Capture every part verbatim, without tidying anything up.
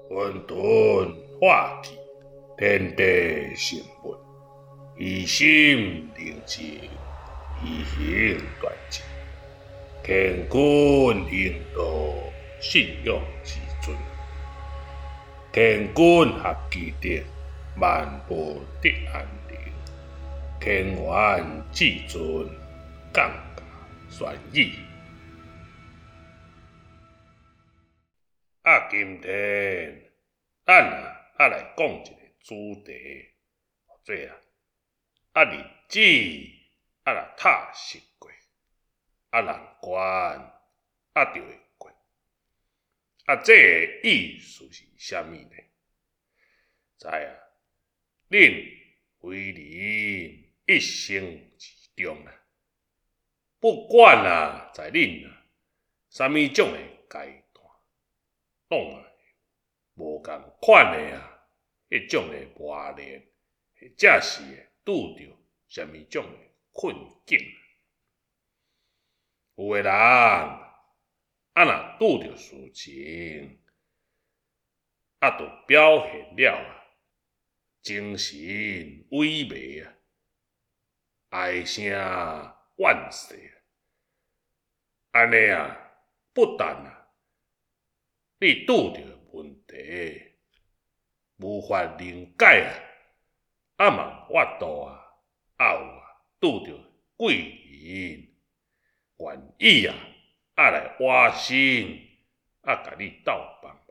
混沌化气，天地成物，以心宁静，以行断尽，乾坤应道，信用之尊。乾坤合其德，万物得安宁。乾元至尊，降价玄义。啊，今天咱啊啊来讲一个主题，做啊啊日子啊来踏实过，啊人关啊就会过。啊，这个意思是啥物呢？知啊，恁为人一生之中啊，不管啊在恁啊啥物种的阶段，拢啊无共款的啊，迄种的磨练，或者是拄着啥物种的困境。有的人啊，若拄着事情，啊，就表现了啊，精神萎靡啊，唉声怨气啊，安尼啊，不但啊，你拄着问题，无法理解啊，啊嘛法度啊，啊有啊，拄着贵人愿意啊，啊来挖心，啊甲你斗帮忙。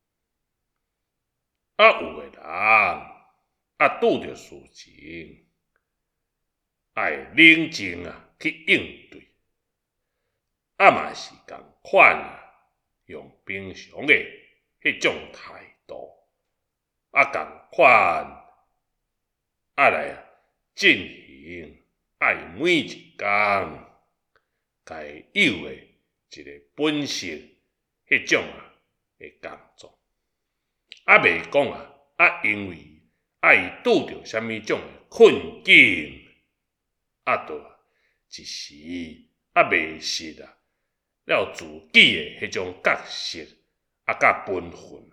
啊有的人啊拄着事情，爱冷静啊去应对，啊嘛是共款啊，用平常的迄种态度，啊共款啊来啊进行，爱每一工该有的一个本色，迄种啊的工作，啊袂讲啊啊因为啊伊拄着啥物种的困境，啊就一时啊袂识啊了自己的迄种角色啊甲本分，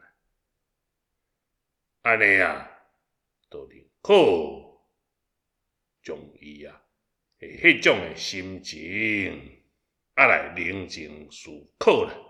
安尼啊，就宁可将伊啊的迄种的心情啊来冷静思考啦。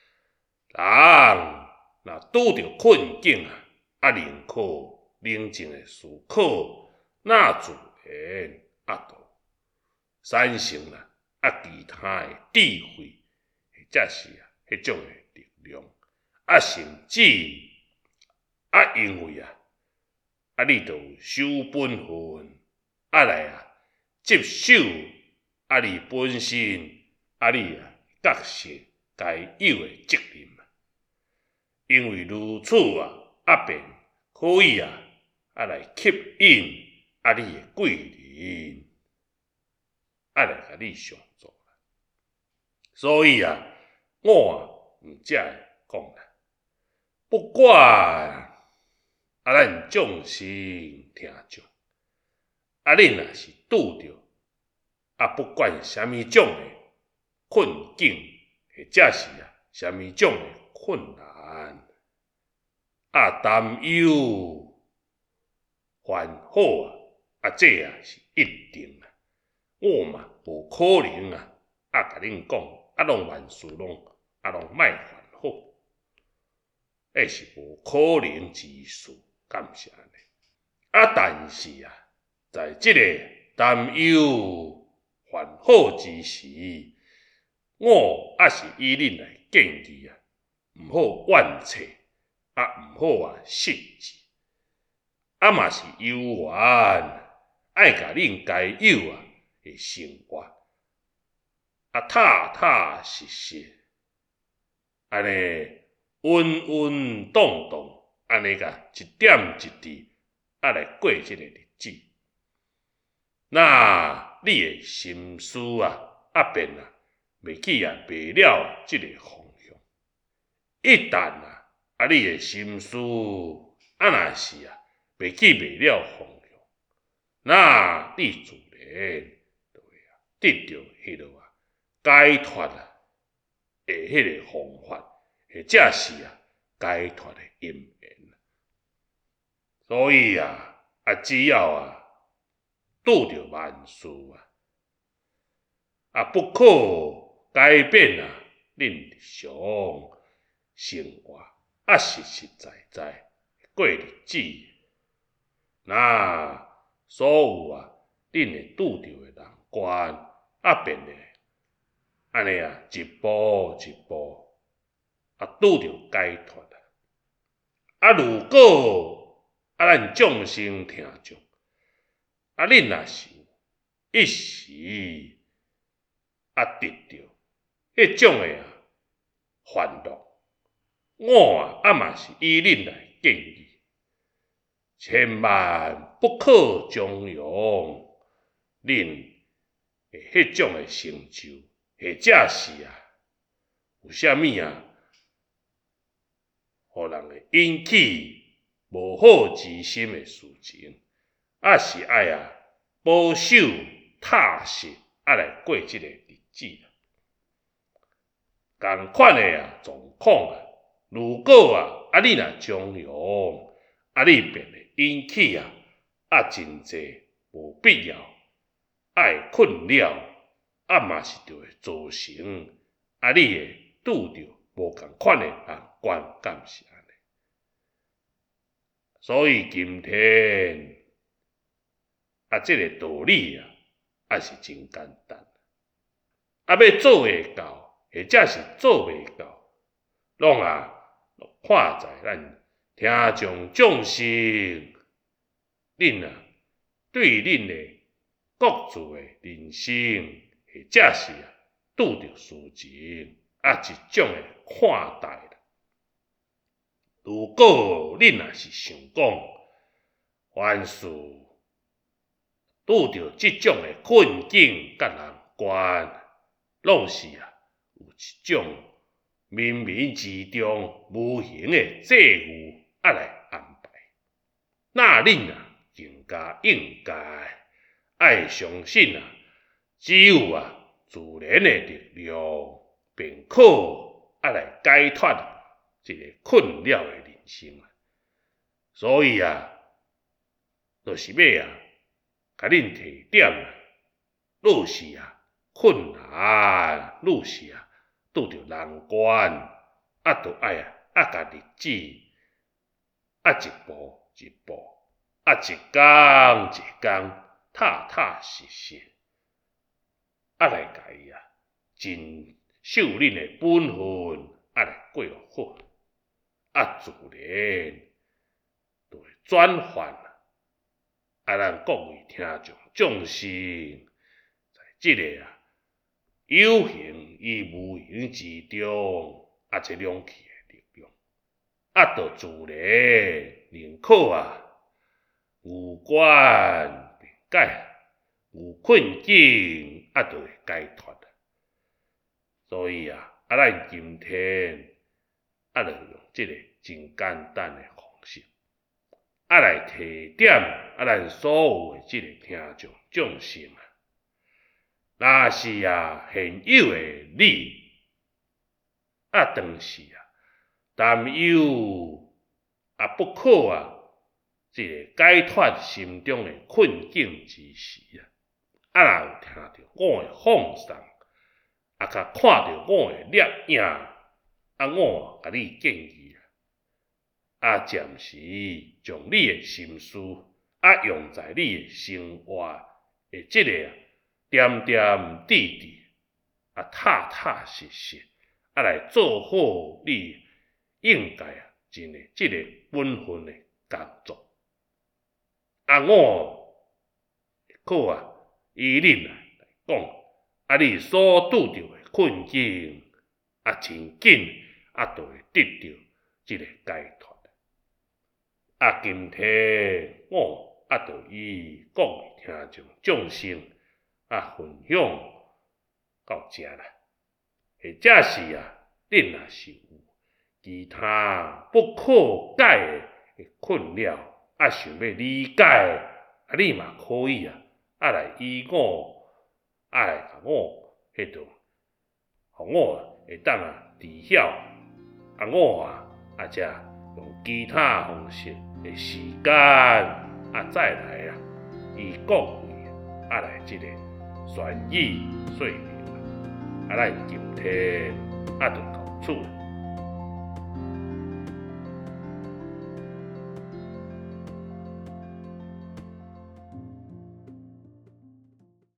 人若拄着困境啊，啊宁可冷静的思考，那自然啊就产生啦啊其他的智慧，或者是啊迄种的力量，啊甚至啊因为啊啊你就有守本分，啊来啊接受啊你本身啊你啊角色该有的责任。因为如此啊，啊便可以啊啊来吸引啊你的贵人，啊来甲你相助。所以啊，我啊毋则会讲啦，不管啊咱众生听众，啊恁若是拄着啊不管啥物种的困境，或者是啊啥物种的困难，啊担忧烦恼啊，啊这啊是一定啊，我嘛无可能啊啊甲恁讲，啊拢万事拢啊拢莫烦恼，迄是无可能之事，敢是安尼？啊但是啊，在即个担忧烦恼之时，我还是以恁来建议啊，毋好怨气，啊毋好啊失志，啊嘛是有缘，爱甲恁该有啊的生活，啊踏踏实实，安尼稳稳当当，安尼甲一点一滴啊来过即个日子。那你的心思啊啊便啊袂去啊迷了即个方向。一旦啊啊你的心思啊若是啊袂去迷了方向，那你自然就会啊得到迄落啊解脱啊的迄个方法，或者是啊解脱的因缘。所以啊，啊只要啊拄着万事啊，啊不可改变啊，恁日常生活啊实实在在过日子。那所有啊，恁会拄着的难关啊，便会安尼啊，一步一步啊，拄着解脱啊。啊，如果啊，咱众生听众啊，恁若是一时啊得着迄种的啊烦恼，我啊啊嘛是以恁来建议，千万不可纵容恁的迄种的成就，或者是啊有啥物啊，互人会引起无好之心的事情，啊是爱啊保守踏实啊来过即个日子。共款的啊状况啊，如果啊啊你若纵容，啊你便会引起啊啊真济无必要爱困扰，啊嘛是就会造成啊你会拄着无共款的难关，敢是安尼？所以今天啊，这个道理啊，啊是真简单，啊要做会到，或者是做袂到，拢啊看在咱听众众生，恁啊对恁的各自的人生，或者是啊拄着事情啊一种的看待。如果恁若是想讲，凡事拄着即种的困境甲难关，拢是啊有一种冥冥之中无形的制约啊来安排。那恁啊更加应该爱相信啊，只有啊自然的力量，便可啊来解脱一个困扰的人生。所以啊，就是要啊，甲恁提点啊，若是啊困难，若是啊拄着难关，啊，就爱啊啊甲日子啊一步一步，啊一工一工，踏踏实实啊来甲伊啊，尽守恁的本分啊来过好，啊自然就会转换啊咱各位听众众生，在即个啊有形与无形之中啊，这两气的力量，啊，就自然宁可啊有关便解，有困境啊，就会解脱。所以啊，啊咱今天啊，就用即个真简单的方式，啊来提点啊咱所有的即个听众众生啊，若是啊现有的你，啊当是啊担忧啊不可啊，即个解脱心中的困境之时啊，啊若有听到我的放送，啊甲看到我的摄影，啊我甲你建议啊，啊暂时将你的心思啊用在你的生活的即个啊点点滴滴啊踏踏实实啊来做好你应该啊尽的即个本分的工作。啊我可啊以恁来讲，啊你所拄着的困境啊真紧啊就会得到即个解脱。啊今天我啊就以各位听众众生啊分享到遮啦，或者是啊恁若是有其他不可解的困扰，啊想要理解，啊你嘛可以啊啊来以我啊来甲我迄度，互我会当啊知晓，啊我啊啊，则用其他方式的时间啊再来啊，以讲话啊来即个宣语说明啊，咱今天啊就到此。